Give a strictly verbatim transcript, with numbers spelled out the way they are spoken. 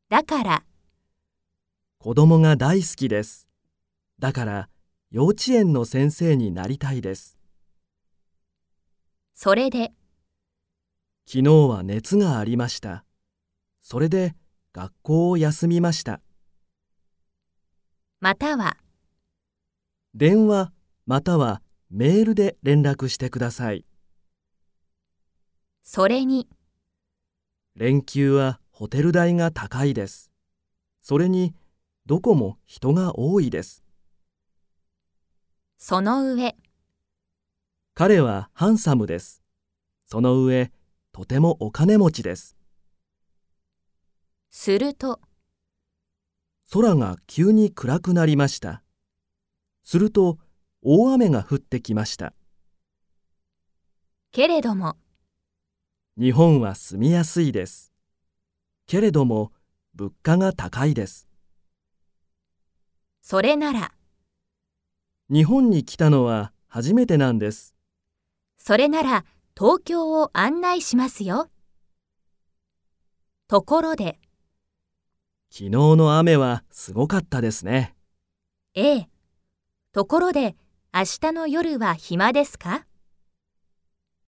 だから。 子供が大好きです。だから幼稚園の先生になりたいです。 それで。 昨日は熱がありました。それで学校を休みました。 または。 電話またはメールで連絡してください。 それに。 連休はホテル代が高いです。それにどこも人が多いです。 その上。 彼はハンサムです。その上、とてもお金持ちです。 すると。 空が急に暗くなりました。すると大雨が降ってきました。 けれども。 日本は住みやすいです。けれども物価が高いです。 それなら。 日本に来たのは初めてなんです。 それなら東京を案内しますよ。ところで。 昨日の雨はすごかったですね。 ええ。ところで、明日の夜は暇ですか？